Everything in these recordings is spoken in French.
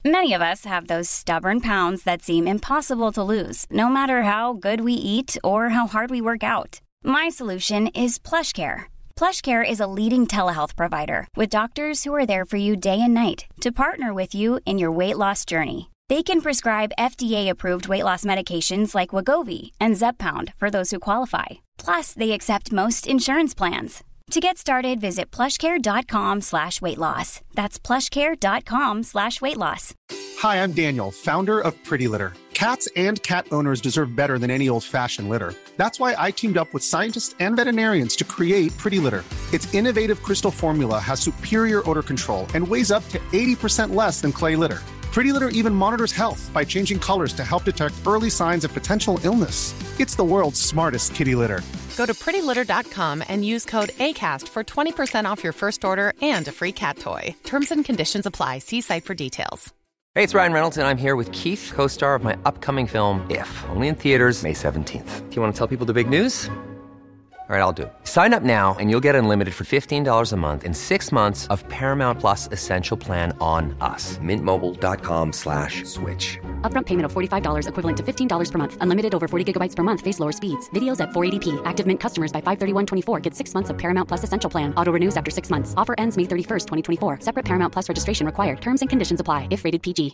Many of us have those stubborn pounds that seem impossible to lose, no matter how good we eat or how hard we work out. My solution is PlushCare. PlushCare is a leading telehealth provider with doctors who are there for you day and night to partner with you in your weight loss journey. They can prescribe FDA-approved weight loss medications like Wegovy and Zepbound for those who qualify. Plus, they accept most insurance plans. To get started, visit plushcare.com/weightloss. That's plushcare.com/weightloss. Hi, I'm Daniel, founder of Pretty Litter. Cats and cat owners deserve better than any old-fashioned litter. That's why I teamed up with scientists and veterinarians to create Pretty Litter. Its innovative crystal formula has superior odor control and weighs up to 80% less than clay litter. Pretty Litter even monitors health by changing colors to help detect early signs of potential illness. It's the world's smartest kitty litter. Go to prettylitter.com and use code ACAST for 20% off your first order and a free cat toy. Terms and conditions apply. See site for details. Hey, it's Ryan Reynolds, and I'm here with Keith, co-star of my upcoming film, If, only in theaters May 17th. Do you want to tell people the big news? All right, I'll do it. Sign up now and you'll get unlimited for $15 a month and 6 months of Paramount Plus Essential Plan on us. MintMobile.com/switch. Upfront payment of $45 equivalent to $15 per month. Unlimited over 40 gigabytes per month. Face lower speeds. Videos at 480p. Active Mint customers by 531.24 get 6 months of Paramount Plus Essential Plan. Auto renews after 6 months. Offer ends May 31st, 2024. Separate Paramount Plus registration required. Terms and conditions apply if rated PG.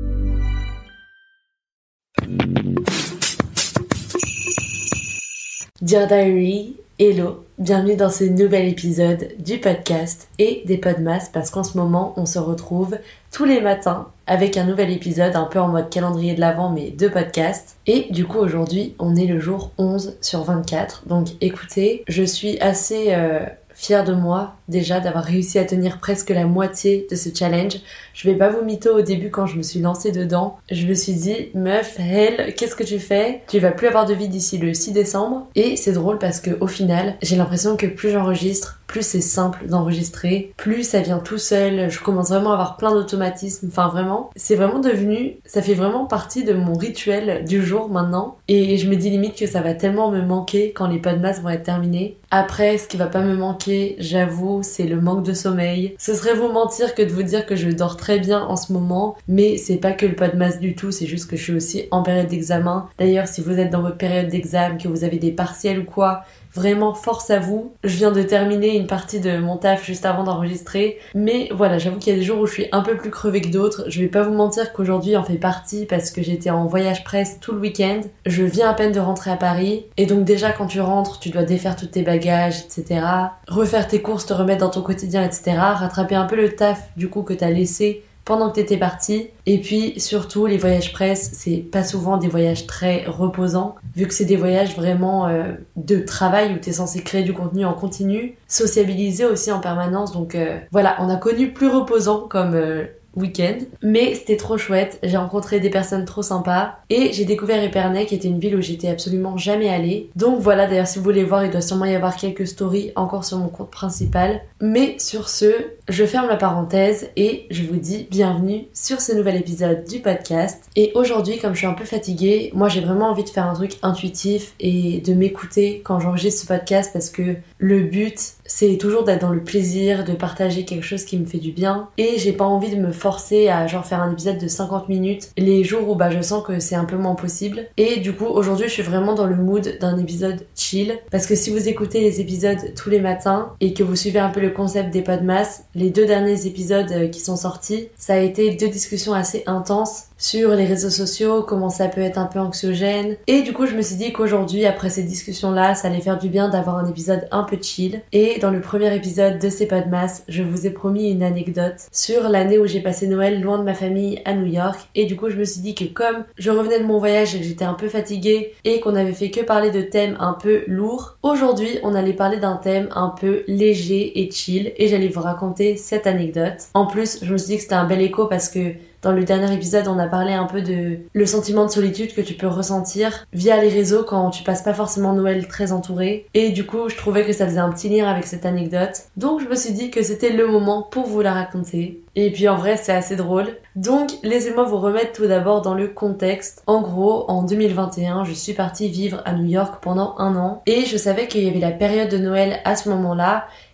Dear Diary, hello, bienvenue dans ce nouvel épisode du podcast et des Podmas, parce qu'en ce moment on se retrouve tous les matins avec un nouvel épisode un peu en mode calendrier de l'Avent mais de podcast. Et du coup aujourd'hui on est le jour 11 sur 24, donc écoutez, je suis assez fière de moi déjà d'avoir réussi à tenir presque la moitié de ce challenge. Je vais pas vous mytho, au début quand je me suis lancée dedans, je me suis dit meuf, hell, qu'est-ce que tu fais? Tu vas plus avoir de vie d'ici le 6 décembre. Et c'est drôle parce que au final, j'ai l'impression que plus j'enregistre, plus c'est simple d'enregistrer, plus ça vient tout seul, je commence vraiment à avoir plein d'automatismes, enfin vraiment, c'est vraiment devenu, ça fait vraiment partie de mon rituel du jour maintenant, et je me dis limite que ça va tellement me manquer quand les podcasts vont être terminés. Après, ce qui va pas me manquer, j'avoue, c'est le manque de sommeil. Ce serait vous mentir que de vous dire que je dors très bien en ce moment, mais c'est pas que le podmas du tout, c'est juste que je suis aussi en période d'examen. D'ailleurs, si vous êtes dans votre période d'examen, que vous avez des partiels ou quoi, vraiment force à vous. Je viens de terminer une partie de mon taf juste avant d'enregistrer, mais voilà, j'avoue qu'il y a des jours où je suis un peu plus crevée que d'autres. Je vais pas vous mentir qu'aujourd'hui en fait partie parce que j'étais en voyage presse tout le week-end. Je viens à peine de rentrer à Paris, et donc déjà quand tu rentres, tu dois défaire tous tes bagages, etc. Refaire tes courses, te remettre dans ton quotidien, etc. Rattraper un peu le taf du coup que t'as laissé pendant que t'étais partie. Et puis surtout, les voyages presse, c'est pas souvent des voyages très reposants, vu que c'est des voyages vraiment de travail où t'es censé créer du contenu en continu, sociabiliser aussi en permanence. Donc voilà, on a connu plus reposant comme week-end, mais c'était trop chouette. J'ai rencontré des personnes trop sympas et j'ai découvert Épernay, qui était une ville où j'étais absolument jamais allée. Donc voilà, d'ailleurs si vous voulez voir, il doit sûrement y avoir quelques stories encore sur mon compte principal. Mais sur ce, je ferme la parenthèse et je vous dis bienvenue sur ce nouvel épisode du podcast. Et aujourd'hui, comme je suis un peu fatiguée, moi j'ai vraiment envie de faire un truc intuitif et de m'écouter quand j'enregistre ce podcast, parce que le but c'est toujours d'être dans le plaisir, de partager quelque chose qui me fait du bien, et j'ai pas envie de me forcer à genre faire un épisode de 50 minutes les jours où je sens que c'est un peu moins possible. Et du coup aujourd'hui je suis vraiment dans le mood d'un épisode chill, parce que si vous écoutez les épisodes tous les matins et que vous suivez un peu le concept des podmas, les 2 derniers épisodes qui sont sortis, ça a été 2 discussions assez intenses sur les réseaux sociaux, comment ça peut être un peu anxiogène. Et du coup, je me suis dit qu'aujourd'hui, après ces discussions-là, ça allait faire du bien d'avoir un épisode un peu chill. Et dans le premier épisode de ces podmas, je vous ai promis une anecdote sur l'année où j'ai passé Noël loin de ma famille à New York. Et du coup, je me suis dit que comme je revenais de mon voyage et que j'étais un peu fatiguée et qu'on avait fait que parler de thèmes un peu lourds, aujourd'hui, on allait parler d'un thème un peu léger et chill, et j'allais vous raconter cette anecdote. En plus, je me suis dit que c'était un bel écho parce que dans le dernier épisode, on a parlé un peu de le sentiment de solitude que tu peux ressentir via les réseaux quand tu passes pas forcément Noël très entouré. Et du coup, je trouvais que ça faisait un petit lien avec cette anecdote. Donc, je me suis dit que c'était le moment pour vous la raconter. Et puis, en vrai, c'est assez drôle. Donc, laissez-moi vous remettre tout d'abord dans le contexte. En gros, en 2021, je suis partie vivre à New York pendant 1 an. Et je savais qu'il y avait la période de Noël à ce moment-là.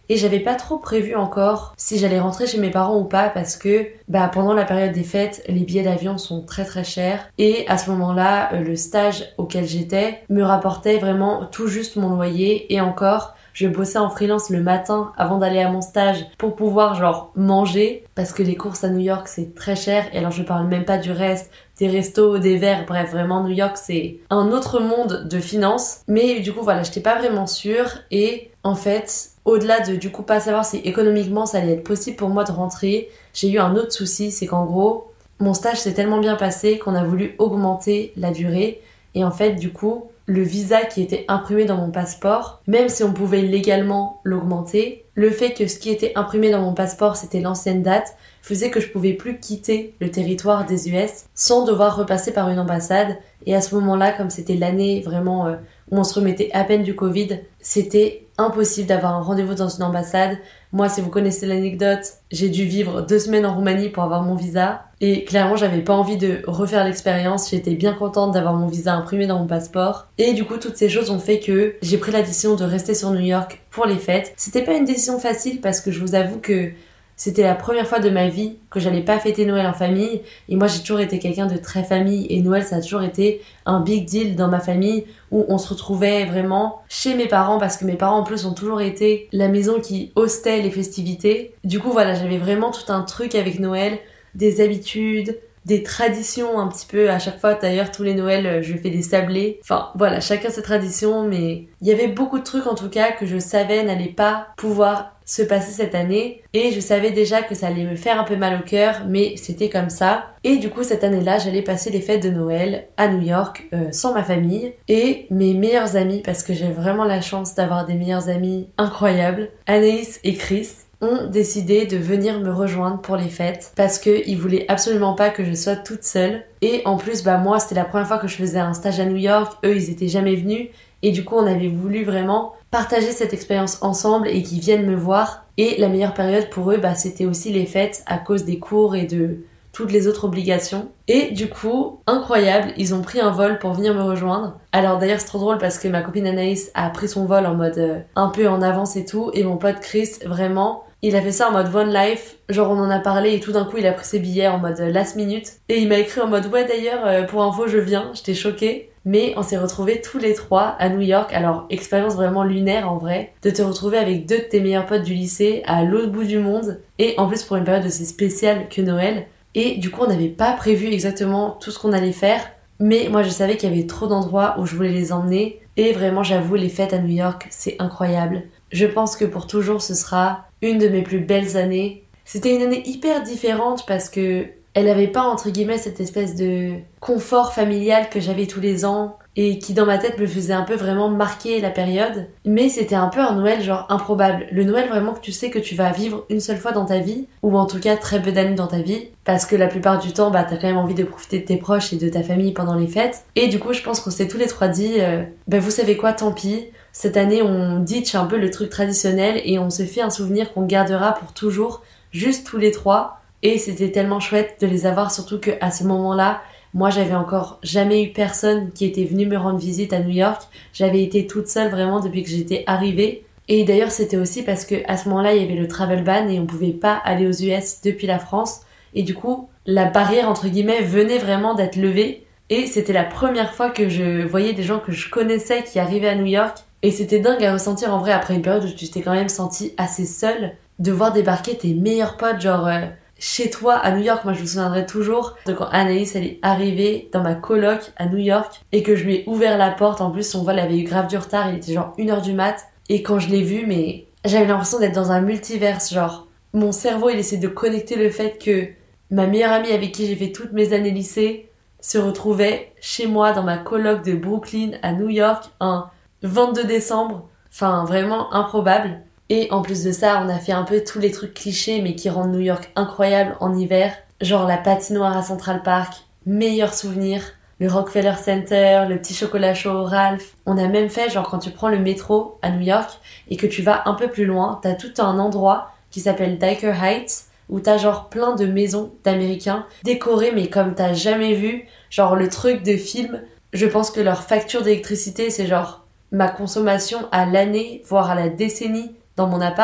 et j'avais pas trop prévu encore si j'allais rentrer chez mes parents ou pas parce que pendant la période des fêtes, les billets d'avion sont très très chers et à ce moment-là, le stage auquel j'étais me rapportait vraiment tout juste mon loyer et encore, je bossais en freelance le matin avant d'aller à mon stage pour pouvoir manger parce que les courses à New York c'est très cher et alors je parle même pas du reste, des restos, des verres, bref vraiment New York c'est un autre monde de finances mais du coup voilà j'étais pas vraiment sûre et en fait au-delà de du coup pas savoir si économiquement ça allait être possible pour moi de rentrer, j'ai eu un autre souci, c'est qu'en gros mon stage s'est tellement bien passé qu'on a voulu augmenter la durée et en fait du coup le visa qui était imprimé dans mon passeport, même si on pouvait légalement l'augmenter, le fait que ce qui était imprimé dans mon passeport c'était l'ancienne date, faisait que je pouvais plus quitter le territoire des US sans devoir repasser par une ambassade. Et à ce moment-là, comme c'était l'année vraiment où on se remettait à peine du Covid, c'était impossible d'avoir un rendez-vous dans une ambassade. Moi, si vous connaissez l'anecdote, j'ai dû vivre 2 semaines en Roumanie pour avoir mon visa. Et clairement, j'avais pas envie de refaire l'expérience. J'étais bien contente d'avoir mon visa imprimé dans mon passeport. Et du coup, toutes ces choses ont fait que j'ai pris la décision de rester sur New York pour les fêtes. C'était pas une décision facile parce que je vous avoue que c'était la première fois de ma vie que j'allais pas fêter Noël en famille. Et moi, j'ai toujours été quelqu'un de très famille. Et Noël, ça a toujours été un big deal dans ma famille où on se retrouvait vraiment chez mes parents parce que mes parents en plus ont toujours été la maison qui hostait les festivités. Du coup, voilà, j'avais vraiment tout un truc avec Noël, des habitudes, des traditions un petit peu. À chaque fois, d'ailleurs, tous les Noëls, je fais des sablés. Enfin, voilà, chacun ses traditions. Mais il y avait beaucoup de trucs en tout cas que je savais n'allaient pas pouvoir se passer cette année et je savais déjà que ça allait me faire un peu mal au cœur mais c'était comme ça et du coup cette année-là j'allais passer les fêtes de Noël à New York sans ma famille et mes meilleurs amis parce que j'ai vraiment la chance d'avoir des meilleurs amis incroyables, Anaïs et Chris ont décidé de venir me rejoindre pour les fêtes parce qu'ils voulaient absolument pas que je sois toute seule et en plus moi c'était la première fois que je faisais un stage à New York, eux ils étaient jamais venus et du coup on avait voulu vraiment partager cette expérience ensemble et qu'ils viennent me voir. Et la meilleure période pour eux, c'était aussi les fêtes à cause des cours et de toutes les autres obligations. Et du coup, incroyable, ils ont pris un vol pour venir me rejoindre. Alors d'ailleurs, c'est trop drôle parce que ma copine Anaïs a pris son vol en mode un peu en avance et tout. Et mon pote Chris, vraiment, il a fait ça en mode one life. Genre on en a parlé et tout d'un coup, il a pris ses billets en mode last minute. Et il m'a écrit en mode ouais d'ailleurs, pour info, je viens. J'étais choquée. Mais on s'est retrouvés tous les trois à New York. Alors, expérience vraiment lunaire en vrai, de te retrouver avec 2 de tes meilleurs potes du lycée à l'autre bout du monde. Et en plus pour une période aussi spéciale que Noël. Et du coup, on n'avait pas prévu exactement tout ce qu'on allait faire. Mais moi, je savais qu'il y avait trop d'endroits où je voulais les emmener. Et vraiment, j'avoue, les fêtes à New York, c'est incroyable. Je pense que pour toujours, ce sera une de mes plus belles années. C'était une année hyper différente parce que elle avait pas entre guillemets cette espèce de confort familial que j'avais tous les ans et qui dans ma tête me faisait un peu vraiment marquer la période. Mais c'était un peu un Noël genre improbable. Le Noël vraiment que tu sais que tu vas vivre une seule fois dans ta vie ou en tout cas très peu d'années dans ta vie parce que la plupart du temps t'as quand même envie de profiter de tes proches et de ta famille pendant les fêtes. Et du coup je pense qu'on s'est tous les trois dit vous savez quoi, tant pis. Cette année on ditch un peu le truc traditionnel et on se fait un souvenir qu'on gardera pour toujours, juste tous les trois. Et c'était tellement chouette de les avoir, surtout qu'à ce moment-là, moi j'avais encore jamais eu personne qui était venu me rendre visite à New York. J'avais été toute seule vraiment depuis que j'étais arrivée. Et d'ailleurs c'était aussi parce que à ce moment-là il y avait le travel ban et on pouvait pas aller aux US depuis la France. Et du coup la barrière entre guillemets venait vraiment d'être levée. Et c'était la première fois que je voyais des gens que je connaissais qui arrivaient à New York. Et c'était dingue à ressentir en vrai après une période où tu t'es quand même sentie assez seule. De voir débarquer tes meilleurs potes genre chez toi à New York. Moi je me souviendrai toujours de quand Anaïs elle est arrivée dans ma coloc à New York et que je lui ai ouvert la porte. En plus son vol avait eu grave du retard, il était genre 1h du mat. Et quand je l'ai vu, mais j'avais l'impression d'être dans un multiverse. Genre mon cerveau il essaie de connecter le fait que ma meilleure amie avec qui j'ai fait toutes mes années lycée se retrouvait chez moi dans ma coloc de Brooklyn à New York un 22 décembre. Enfin vraiment improbable. Et en plus de ça, on a fait un peu tous les trucs clichés mais qui rendent New York incroyable en hiver. Genre la patinoire à Central Park, meilleur souvenir, le Rockefeller Center, le petit chocolat chaud au Ralph. On a même fait genre quand tu prends le métro à New York et que tu vas un peu plus loin, t'as tout un endroit qui s'appelle Dyker Heights où t'as genre plein de maisons d'Américains décorées mais comme t'as jamais vu, genre le truc de film. Je pense que leur facture d'électricité c'est genre ma consommation à l'année, voire à la décennie dans mon appart.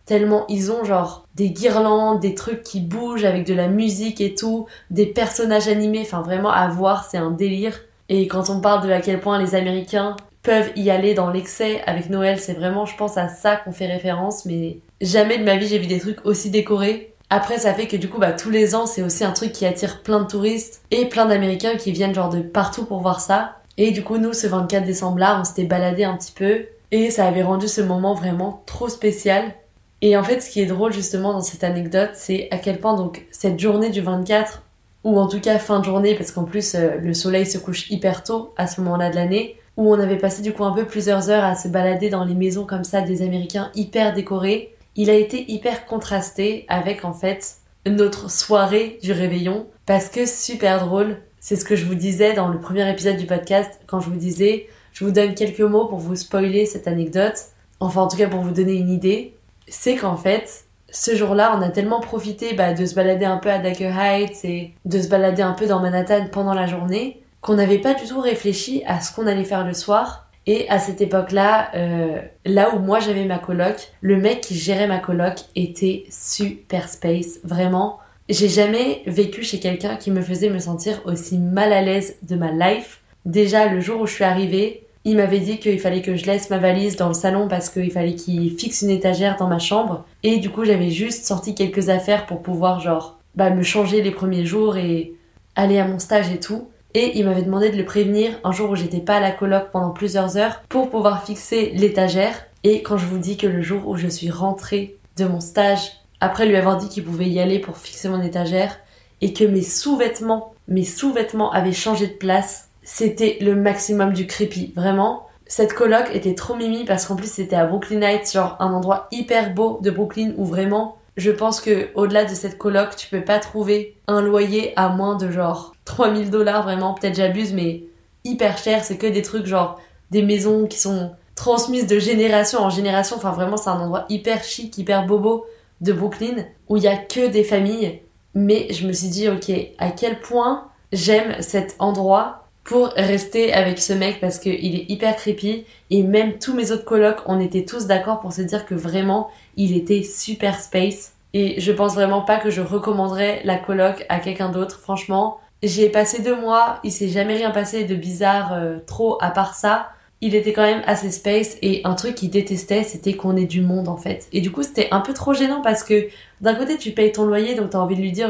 tellement ils ont genre des guirlandes, des trucs qui bougent avec de la musique et tout, des personnages animés, enfin vraiment à voir, c'est un délire. Et quand on parle de à quel point les Américains peuvent y aller dans l'excès avec Noël, c'est vraiment, je pense, à ça qu'on fait référence, mais jamais de ma vie j'ai vu des trucs aussi décorés. Après, ça fait que du coup, tous les ans, c'est aussi un truc qui attire plein de touristes et plein d'Américains qui viennent genre de partout pour voir ça. Et du coup, nous, ce 24 décembre-là, on s'était baladé un petit peu et ça avait rendu ce moment vraiment trop spécial. Et en fait, ce qui est drôle justement dans cette anecdote, c'est à quel point donc cette journée du 24, ou en tout cas fin de journée, parce qu'en plus le soleil se couche hyper tôt à ce moment-là de l'année, où on avait passé du coup un peu plusieurs heures à se balader dans les maisons comme ça des Américains hyper décorés, il a été hyper contrasté avec en fait notre soirée du réveillon, parce que super drôle, c'est ce que je vous disais dans le premier épisode du podcast, quand je vous disais, je vous donne quelques mots pour vous spoiler cette anecdote, enfin en tout cas pour vous donner une idée, c'est qu'en fait, ce jour-là, on a tellement profité de se balader un peu à Dagger Heights et de se balader un peu dans Manhattan pendant la journée, qu'on n'avait pas du tout réfléchi à ce qu'on allait faire le soir. Et à cette époque-là, là où moi j'avais ma coloc, le mec qui gérait ma coloc était super space, vraiment. J'ai jamais vécu chez quelqu'un qui me faisait me sentir aussi mal à l'aise de ma life. Déjà, le jour où je suis arrivée, il m'avait dit qu'il fallait que je laisse ma valise dans le salon parce qu'il fallait qu'il fixe une étagère dans ma chambre. Et du coup, j'avais juste sorti quelques affaires pour pouvoir me changer les premiers jours et aller à mon stage et tout. Et il m'avait demandé de le prévenir un jour où j'étais pas à la coloc pendant plusieurs heures pour pouvoir fixer l'étagère. Et quand je vous dis que le jour où je suis rentrée de mon stage, après lui avoir dit qu'il pouvait y aller pour fixer mon étagère, et que mes sous-vêtements avaient changé de place, c'était le maximum du creepy, vraiment. Cette coloc était trop mimi parce qu'en plus c'était à Brooklyn Heights, genre un endroit hyper beau de Brooklyn où vraiment, je pense que au-delà de cette coloc, tu peux pas trouver un loyer à moins de genre $3000, vraiment, peut-être j'abuse, mais hyper cher, c'est que des trucs genre des maisons qui sont transmises de génération en génération, enfin vraiment c'est un endroit hyper chic, hyper bobo de Brooklyn où il y a que des familles, mais je me suis dit ok, à quel point j'aime cet endroit pour rester avec ce mec parce qu'il est hyper creepy et même tous mes autres colocs, on était tous d'accord pour se dire que vraiment il était super space et je pense vraiment pas que je recommanderais la coloc à quelqu'un d'autre, franchement. J'y ai passé 2 mois, il s'est jamais rien passé de bizarre trop à part ça. Il était quand même assez space et un truc qu'il détestait c'était qu'on ait du monde en fait. Et du coup c'était un peu trop gênant parce que d'un côté tu payes ton loyer donc t'as envie de lui dire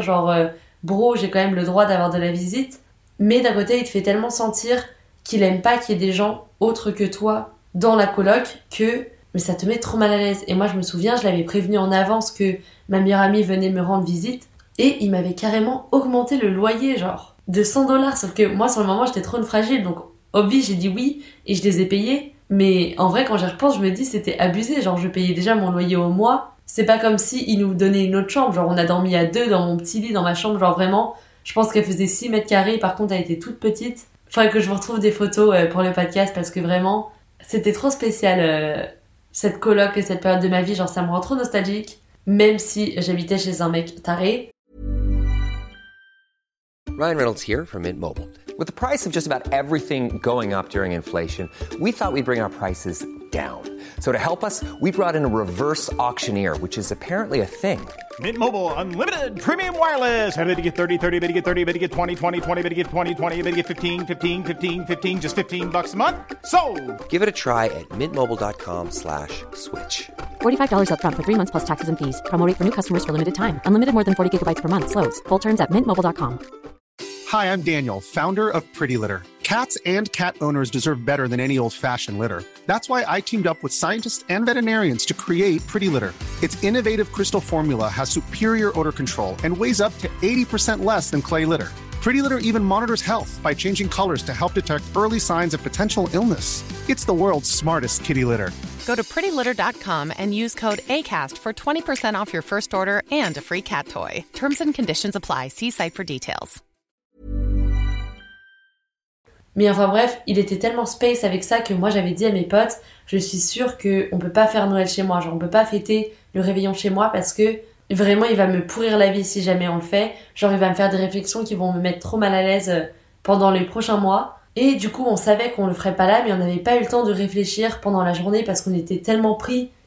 bro j'ai quand même le droit d'avoir de la visite. Mais d'un côté, il te fait tellement sentir qu'il aime pas qu'il y ait des gens autres que toi dans la coloc mais ça te met trop mal à l'aise. Et moi, je me souviens, je l'avais prévenu en avance que ma meilleure amie venait me rendre visite et il m'avait carrément augmenté le loyer, de $100. Sauf que moi, sur le moment, j'étais trop une fragile. Donc, obvi, j'ai dit oui et je les ai payés. Mais en vrai, quand j'y repense, je me dis c'était abusé. Je payais déjà mon loyer au mois. C'est pas comme si il nous donnait une autre chambre. On a dormi à 2 dans mon petit lit, dans ma chambre. Vraiment... Je pense qu'elle faisait 6 mètres carrés, par contre elle était toute petite. Faudrait que je vous retrouve des photos pour le podcast parce que vraiment, c'était trop spécial cette coloc et cette période de ma vie, ça me rend trop nostalgique, même si j'habitais chez un mec taré. Ryan Reynolds here from Mint Mobile. With the price of just about everything going up during inflation, we thought we'd bring our prices down. So to help us, we brought in a reverse auctioneer, which is apparently a thing. Mint Mobile Unlimited Premium Wireless. How to get 30, 30, bit to get 30, bit to get 20, 20, 20, bit to get 20, 20, bit to get 15, 15, 15, 15, just $15 a month? Sold! Give it a try at mintmobile.com/switch. $45 up front for 3 months plus taxes and fees. Promo rate for new customers for limited time. Unlimited more than 40 gigabytes per month. Slows full terms at mintmobile.com. Hi, I'm Daniel, founder of Pretty Litter. Cats and cat owners deserve better than any old-fashioned litter. That's why I teamed up with scientists and veterinarians to create Pretty Litter. Its innovative crystal formula has superior odor control and weighs up to 80% less than clay litter. Pretty Litter even monitors health by changing colors to help detect early signs of potential illness. It's the world's smartest kitty litter. Go to prettylitter.com and use code ACAST for 20% off your first order and a free cat toy. Terms and conditions apply. See site for details. Mais enfin bref, il était tellement space avec ça que moi j'avais dit à mes potes, je suis sûre qu'on peut pas faire Noël chez moi, on peut pas fêter le réveillon chez moi parce que vraiment il va me pourrir la vie si jamais on le fait, il va me faire des réflexions qui vont me mettre trop mal à l'aise pendant les prochains mois. Et du coup on savait qu'on le ferait pas là mais on n'avait pas eu le temps de réfléchir pendant la journée parce qu'on était tellement pris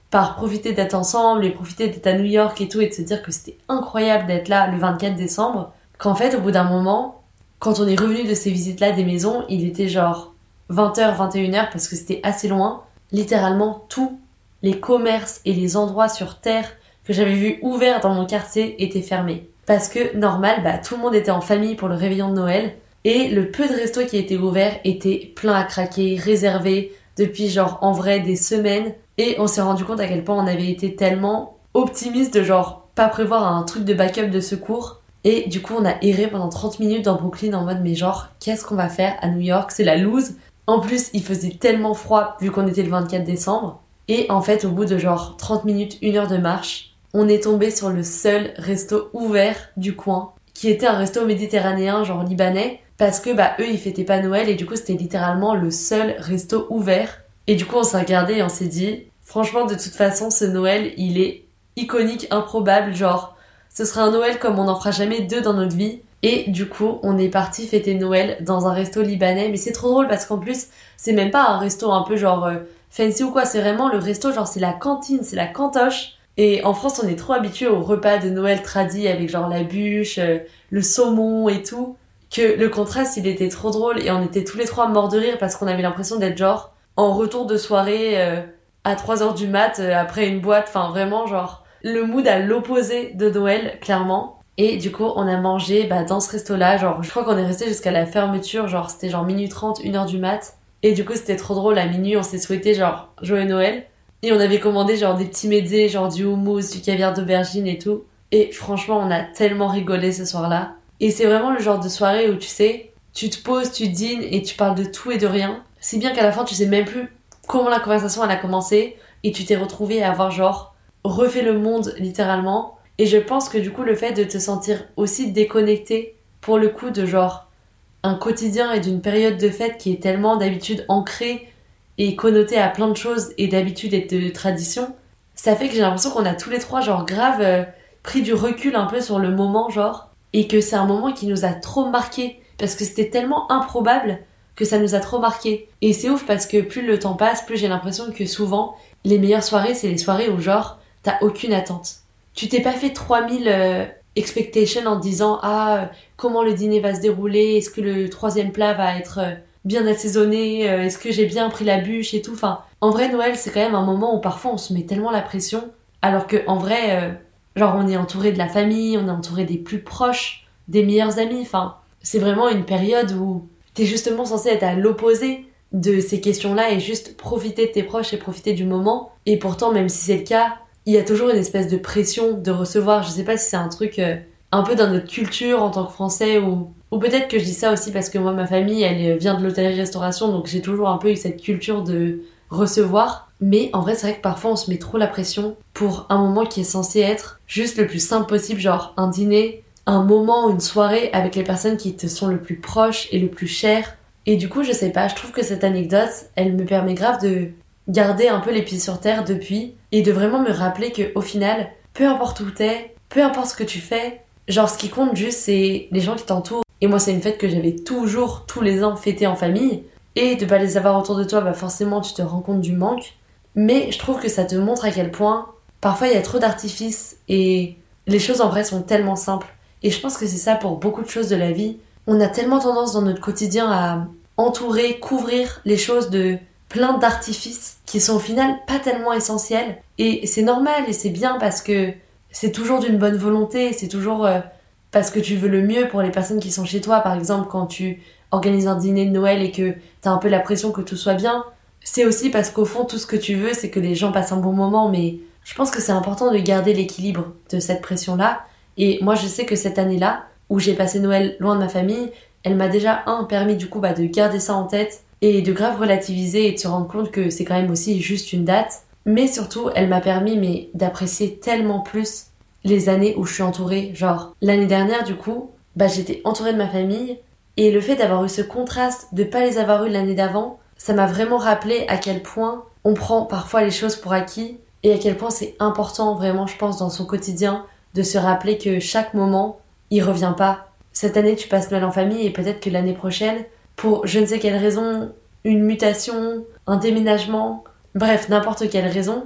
par profiter d'être ensemble et profiter d'être à New York et tout, et de se dire que c'était incroyable d'être là le 24 décembre, qu'en fait, au bout d'un moment, quand on est revenu de ces visites-là des maisons, il était genre 20h, 21h, parce que c'était assez loin. Littéralement, tous les commerces et les endroits sur Terre que j'avais vus ouverts dans mon quartier étaient fermés. Parce que, normal, tout le monde était en famille pour le réveillon de Noël, et le peu de restos qui étaient ouverts étaient pleins à craquer, réservés, depuis genre en vrai des semaines. Et on s'est rendu compte à quel point on avait été tellement optimiste de genre pas prévoir un truc de backup de secours. Et du coup on a erré pendant 30 minutes dans Brooklyn en mode mais genre qu'est-ce qu'on va faire à New York, c'est la loose. En plus il faisait tellement froid vu qu'on était le 24 décembre. Et en fait au bout de genre 30 minutes, 1 heure de marche, on est tombé sur le seul resto ouvert du coin, qui était un resto méditerranéen genre libanais, parce que eux ils fêtaient pas Noël et du coup c'était littéralement le seul resto ouvert. Et du coup on s'est regardé et on s'est dit franchement de toute façon ce Noël il est iconique, improbable, genre ce sera un Noël comme on n'en fera jamais 2 dans notre vie. Et du coup on est parti fêter Noël dans un resto libanais, mais c'est trop drôle parce qu'en plus c'est même pas un resto un peu genre fancy ou quoi, c'est vraiment le resto genre c'est la cantine, c'est la cantoche. Et en France on est trop habitué au repas de Noël tradis avec genre la bûche, le saumon et tout, que le contraste il était trop drôle et on était tous les trois morts de rire parce qu'on avait l'impression d'être genre en retour de soirée à 3h du mat après une boîte, enfin vraiment genre le mood à l'opposé de Noël clairement. Et du coup on a mangé dans ce resto là, genre je crois qu'on est resté jusqu'à la fermeture, genre c'était genre minuit 30, 1h du mat. Et du coup c'était trop drôle, à minuit on s'est souhaité genre joyeux Noël. Et on avait commandé genre des petits mezzés, genre du houmous, du caviar d'aubergine et tout. Et franchement on a tellement rigolé ce soir-là. Et c'est vraiment le genre de soirée où tu sais, tu te poses, tu dînes et tu parles de tout et de rien. Si bien qu'à la fin tu sais même plus comment la conversation elle a commencé et tu t'es retrouvé à avoir genre refait le monde littéralement. Et je pense que du coup le fait de te sentir aussi déconnecté pour le coup de genre un quotidien et d'une période de fête qui est tellement d'habitude ancrée et connotée à plein de choses et d'habitude et de tradition, ça fait que j'ai l'impression qu'on a tous les trois genre grave pris du recul un peu sur le moment genre, et que c'est un moment qui nous a trop marqué parce que c'était tellement improbable que ça nous a trop marqué. Et c'est ouf parce que plus le temps passe, plus j'ai l'impression que souvent les meilleures soirées c'est les soirées où genre t'as aucune attente. Tu t'es pas fait 3000 expectations en te disant comment le dîner va se dérouler, est-ce que le 3e plat va être bien assaisonné, est-ce que j'ai bien pris la bûche et tout. Enfin, en vrai Noël c'est quand même un moment où parfois on se met tellement la pression, alors que en vrai genre on est entouré de la famille, on est entouré des plus proches, des meilleurs amis. Enfin, c'est vraiment une période où t'es justement censé être à l'opposé de ces questions-là et juste profiter de tes proches et profiter du moment. Et pourtant même si c'est le cas, il y a toujours une espèce de pression de recevoir. Je sais pas si c'est un truc un peu dans notre culture en tant que Français, ou peut-être que je dis ça aussi parce que moi ma famille elle vient de l'hôtellerie-restauration, donc j'ai toujours un peu eu cette culture de recevoir. Mais en vrai c'est vrai que parfois on se met trop la pression pour un moment qui est censé être juste le plus simple possible, genre un dîner, un moment, une soirée avec les personnes qui te sont le plus proches et le plus chères. Et du coup je sais pas, je trouve que cette anecdote elle me permet grave de garder un peu les pieds sur terre depuis, et de vraiment me rappeler que au final, peu importe où t'es, peu importe ce que tu fais, genre ce qui compte juste c'est les gens qui t'entourent. Et moi c'est une fête que j'avais toujours, tous les ans, fêtée en famille, et de pas les avoir autour de toi, forcément tu te rends compte du manque. Mais je trouve que ça te montre à quel point parfois il y a trop d'artifices et les choses en vrai sont tellement simples. Et je pense que c'est ça pour beaucoup de choses de la vie. On a tellement tendance dans notre quotidien à entourer, couvrir les choses de plein d'artifices qui sont au final pas tellement essentiels. Et c'est normal et c'est bien parce que c'est toujours d'une bonne volonté, c'est toujours parce que tu veux le mieux pour les personnes qui sont chez toi. Par exemple, quand tu organises un dîner de Noël et que t'as un peu la pression que tout soit bien, c'est aussi parce qu'au fond, tout ce que tu veux, c'est que les gens passent un bon moment. Mais je pense que c'est important de garder l'équilibre de cette pression-là. Et moi, je sais que cette année-là, où j'ai passé Noël loin de ma famille, elle m'a déjà, permis du coup de garder ça en tête et de grave relativiser et de se rendre compte que c'est quand même aussi juste une date. Mais surtout, elle m'a permis d'apprécier tellement plus les années où je suis entourée. Genre, l'année dernière, du coup, j'étais entourée de ma famille, et le fait d'avoir eu ce contraste, de pas les avoir eu l'année d'avant, ça m'a vraiment rappelé à quel point on prend parfois les choses pour acquis, et à quel point c'est important, vraiment, je pense, dans son quotidien, de se rappeler que chaque moment, il revient pas. Cette année, tu passes Noël en famille, et peut-être que l'année prochaine, pour je ne sais quelle raison, une mutation, un déménagement, bref, n'importe quelle raison,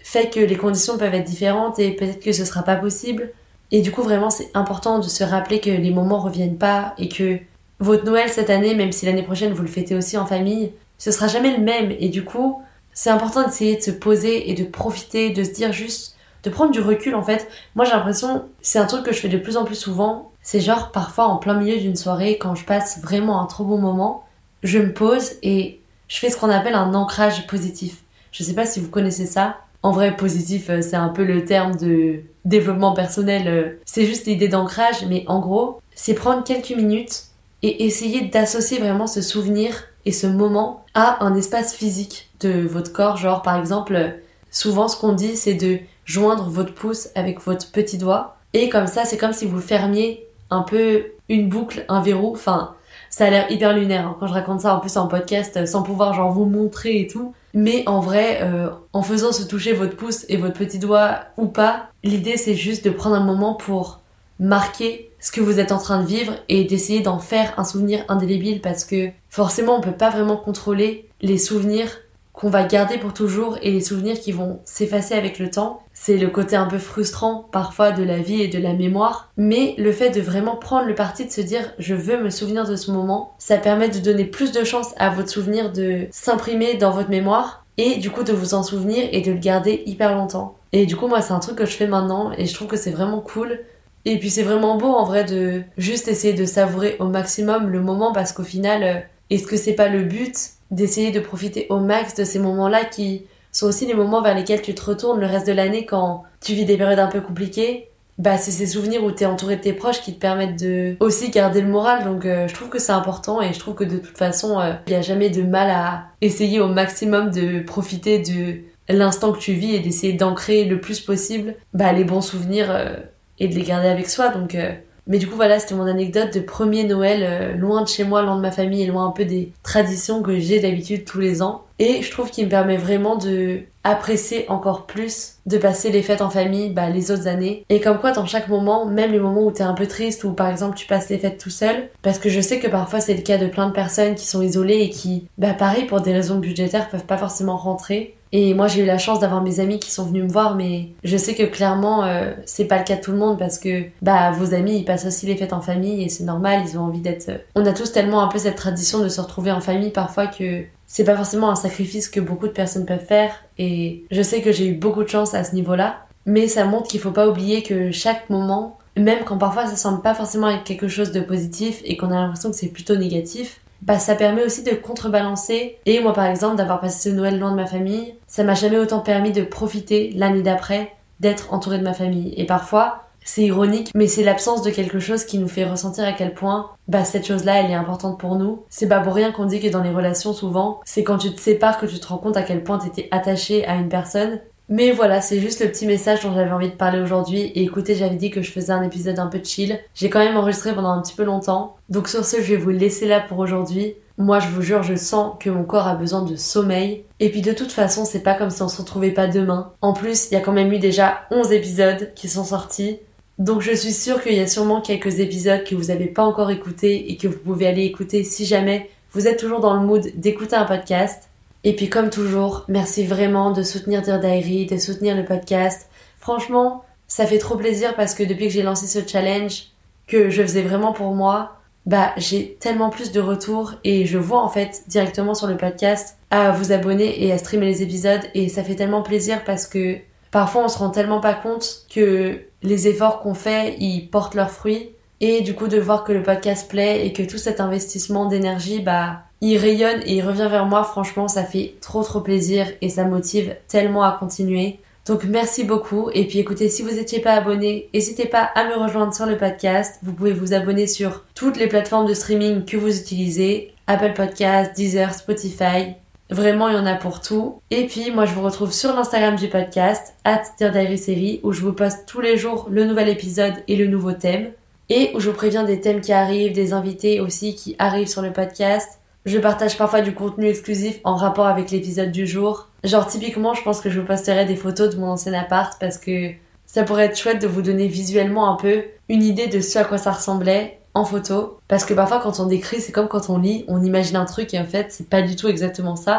fait que les conditions peuvent être différentes et peut-être que ce sera pas possible. Et du coup, vraiment, c'est important de se rappeler que les moments reviennent pas et que votre Noël cette année, même si l'année prochaine vous le fêtez aussi en famille, ce sera jamais le même. Et du coup, c'est important d'essayer de se poser et de profiter, de se dire juste, de prendre du recul en fait. Moi j'ai l'impression, c'est un truc que je fais de plus en plus souvent, c'est genre parfois en plein milieu d'une soirée, quand je passe vraiment un trop bon moment, je me pose et je fais ce qu'on appelle un ancrage positif. Je sais pas si vous connaissez ça. En vrai, positif, c'est un peu le terme de développement personnel, c'est juste l'idée d'ancrage, mais en gros, c'est prendre quelques minutes et essayer d'associer vraiment ce souvenir et ce moment à un espace physique de votre corps. Genre par exemple, souvent ce qu'on dit c'est de joindre votre pouce avec votre petit doigt et comme ça c'est comme si vous fermiez un peu une boucle, un verrou, enfin ça a l'air hyper lunaire hein, quand je raconte ça en plus en podcast sans pouvoir genre vous montrer et tout, mais en vrai en faisant se toucher votre pouce et votre petit doigt ou pas, l'idée c'est juste de prendre un moment pour marquer ce que vous êtes en train de vivre et d'essayer d'en faire un souvenir indélébile, parce que forcément on peut pas vraiment contrôler les souvenirs qu'on va garder pour toujours et les souvenirs qui vont s'effacer avec le temps. C'est le côté un peu frustrant parfois de la vie et de la mémoire, mais le fait de vraiment prendre le parti de se dire je veux me souvenir de ce moment, ça permet de donner plus de chance à votre souvenir de s'imprimer dans votre mémoire et du coup de vous en souvenir et de le garder hyper longtemps. Et du coup moi c'est un truc que je fais maintenant et je trouve que c'est vraiment cool. Et puis c'est vraiment beau en vrai de juste essayer de savourer au maximum le moment, parce qu'au final, est-ce que c'est pas le but d'essayer de profiter au max de ces moments-là qui sont aussi les moments vers lesquels tu te retournes le reste de l'année quand tu vis des périodes un peu compliquées? Bah c'est ces souvenirs où t'es entouré de tes proches qui te permettent de aussi garder le moral, donc je trouve que c'est important et je trouve que de toute façon il y a jamais de mal à essayer au maximum de profiter de l'instant que tu vis et d'essayer d'ancrer le plus possible les bons souvenirs et de les garder avec soi. Donc mais du coup voilà, c'était mon anecdote de premier Noël loin de chez moi, loin de ma famille et loin un peu des traditions que j'ai d'habitude tous les ans, et je trouve qu'il me permet vraiment de apprécier encore plus de passer les fêtes en famille les autres années. Et comme quoi dans chaque moment, même les moments où t'es un peu triste ou par exemple tu passes les fêtes tout seul, parce que je sais que parfois c'est le cas de plein de personnes qui sont isolées et qui pareil pour des raisons budgétaires peuvent pas forcément rentrer. Et moi j'ai eu la chance d'avoir mes amis qui sont venus me voir, mais je sais que clairement c'est pas le cas de tout le monde, parce que vos amis ils passent aussi les fêtes en famille et c'est normal, ils ont envie d'être... On a tous tellement un peu cette tradition de se retrouver en famille parfois que c'est pas forcément un sacrifice que beaucoup de personnes peuvent faire, et je sais que j'ai eu beaucoup de chance à ce niveau-là, mais ça montre qu'il faut pas oublier que chaque moment, même quand parfois ça semble pas forcément être quelque chose de positif et qu'on a l'impression que c'est plutôt négatif, ça permet aussi de contrebalancer. Et moi par exemple, d'avoir passé ce Noël loin de ma famille, ça m'a jamais autant permis de profiter l'année d'après d'être entourée de ma famille. Et parfois c'est ironique, mais c'est l'absence de quelque chose qui nous fait ressentir à quel point cette chose-là elle est importante pour nous. C'est pas pour rien qu'on dit que dans les relations souvent c'est quand tu te sépares que tu te rends compte à quel point t'étais attaché à une personne. Mais voilà, c'est juste le petit message dont j'avais envie de parler aujourd'hui. Et écoutez, j'avais dit que je faisais un épisode un peu chill. J'ai quand même enregistré pendant un petit peu longtemps. Donc sur ce, je vais vous laisser là pour aujourd'hui. Moi, je vous jure, je sens que mon corps a besoin de sommeil. Et puis de toute façon, c'est pas comme si on se retrouvait pas demain. En plus, il y a quand même eu déjà 11 épisodes qui sont sortis. Donc je suis sûre qu'il y a sûrement quelques épisodes que vous avez pas encore écoutés et que vous pouvez aller écouter si jamais vous êtes toujours dans le mood d'écouter un podcast. Et puis comme toujours, merci vraiment de soutenir Dear Diary, de soutenir le podcast. Franchement, ça fait trop plaisir parce que depuis que j'ai lancé ce challenge, que je faisais vraiment pour moi, j'ai tellement plus de retours et je vois en fait directement sur le podcast à vous abonner et à streamer les épisodes, et ça fait tellement plaisir parce que parfois on se rend tellement pas compte que les efforts qu'on fait, ils portent leurs fruits, et du coup de voir que le podcast plaît et que tout cet investissement d'énergie, il rayonne et il revient vers moi, franchement ça fait trop plaisir et ça motive tellement à continuer. Donc merci beaucoup. Et puis écoutez, si vous n'étiez pas abonné, n'hésitez pas à me rejoindre sur le podcast. Vous pouvez vous abonner sur toutes les plateformes de streaming que vous utilisez, Apple Podcasts, Deezer, Spotify. Vraiment, il y en a pour tout. Et puis moi je vous retrouve sur l'Instagram du podcast @DearDiarySeries, où je vous poste tous les jours le nouvel épisode et le nouveau thème, et où je vous préviens des thèmes qui arrivent, des invités aussi qui arrivent sur le podcast. Je partage parfois du contenu exclusif en rapport avec l'épisode du jour. Genre typiquement, je pense que je vous posterai des photos de mon ancien appart parce que ça pourrait être chouette de vous donner visuellement un peu une idée de ce à quoi ça ressemblait en photo. Parce que parfois quand on décrit, c'est comme quand on lit, on imagine un truc et en fait c'est pas du tout exactement ça.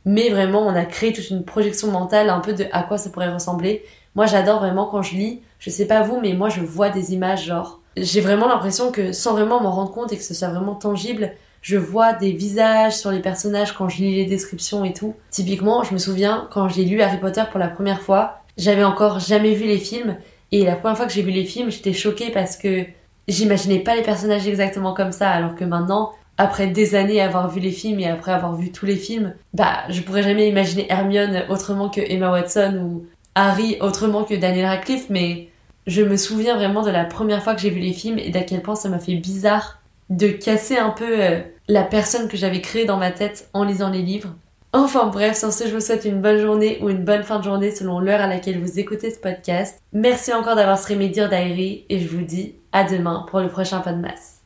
mais vraiment on a créé toute une projection mentale un peu de à quoi ça pourrait ressembler. Moi j'adore vraiment quand je lis, je sais pas vous, mais moi je vois des images genre, j'ai vraiment l'impression que sans vraiment m'en rendre compte et que ce soit vraiment tangible, je vois des visages sur les personnages quand je lis les descriptions et tout. Typiquement, je me souviens quand j'ai lu Harry Potter pour la première fois, j'avais encore jamais vu les films et la première fois que j'ai vu les films, j'étais choquée parce que j'imaginais pas les personnages exactement comme ça, alors que maintenant, après des années à avoir vu les films et après avoir vu tous les films, je pourrais jamais imaginer Hermione autrement que Emma Watson ou Harry autrement que Daniel Radcliffe, mais je me souviens vraiment de la première fois que j'ai vu les films et d'à quel point ça m'a fait bizarre de casser un peu la personne que j'avais créée dans ma tête en lisant les livres. Enfin bref, sur ce, je vous souhaite une bonne journée ou une bonne fin de journée selon l'heure à laquelle vous écoutez ce podcast. Merci encore d'avoir streamé Dear Diary et je vous dis à demain pour le prochain Podmas.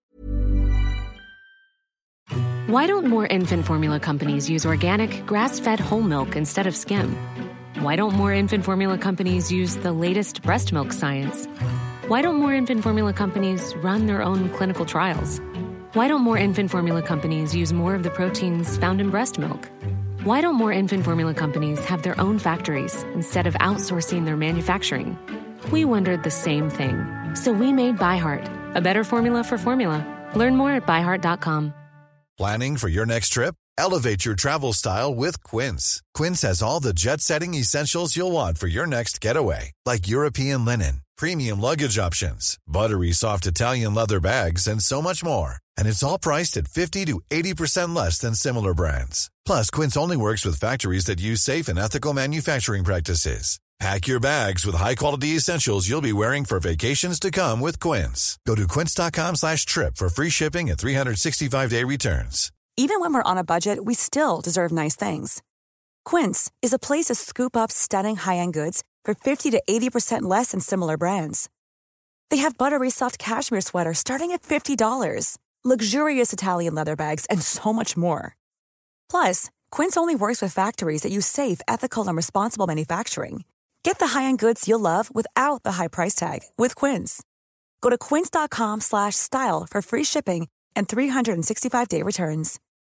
Why don't more infant formula companies use organic, grass-fed whole milk instead of skim? Why don't more infant formula companies use the latest breast milk science? Why don't more infant formula companies run their own clinical trials? Why don't more infant formula companies use more of the proteins found in breast milk? Why don't more infant formula companies have their own factories instead of outsourcing their manufacturing? We wondered the same thing. So we made ByHeart, a better formula for formula. Learn more at byheart.com. Planning for your next trip? Elevate your travel style with Quince. Quince has all the jet-setting essentials you'll want for your next getaway, like European linen, premium luggage options, buttery soft Italian leather bags, and so much more. And it's all priced at 50 to 80% less than similar brands. Plus, Quince only works with factories that use safe and ethical manufacturing practices. Pack your bags with high-quality essentials you'll be wearing for vacations to come with Quince. Go to quince.com/trip for free shipping and 365-day returns. Even when we're on a budget, we still deserve nice things. Quince is a place to scoop up stunning high-end goods for 50 to 80% less than similar brands. They have buttery soft cashmere sweaters starting at $50, luxurious Italian leather bags, and so much more. Plus, Quince only works with factories that use safe, ethical, and responsible manufacturing. Get the high-end goods you'll love without the high price tag with Quince. Go to quince.com/style for free shipping and 365-day returns.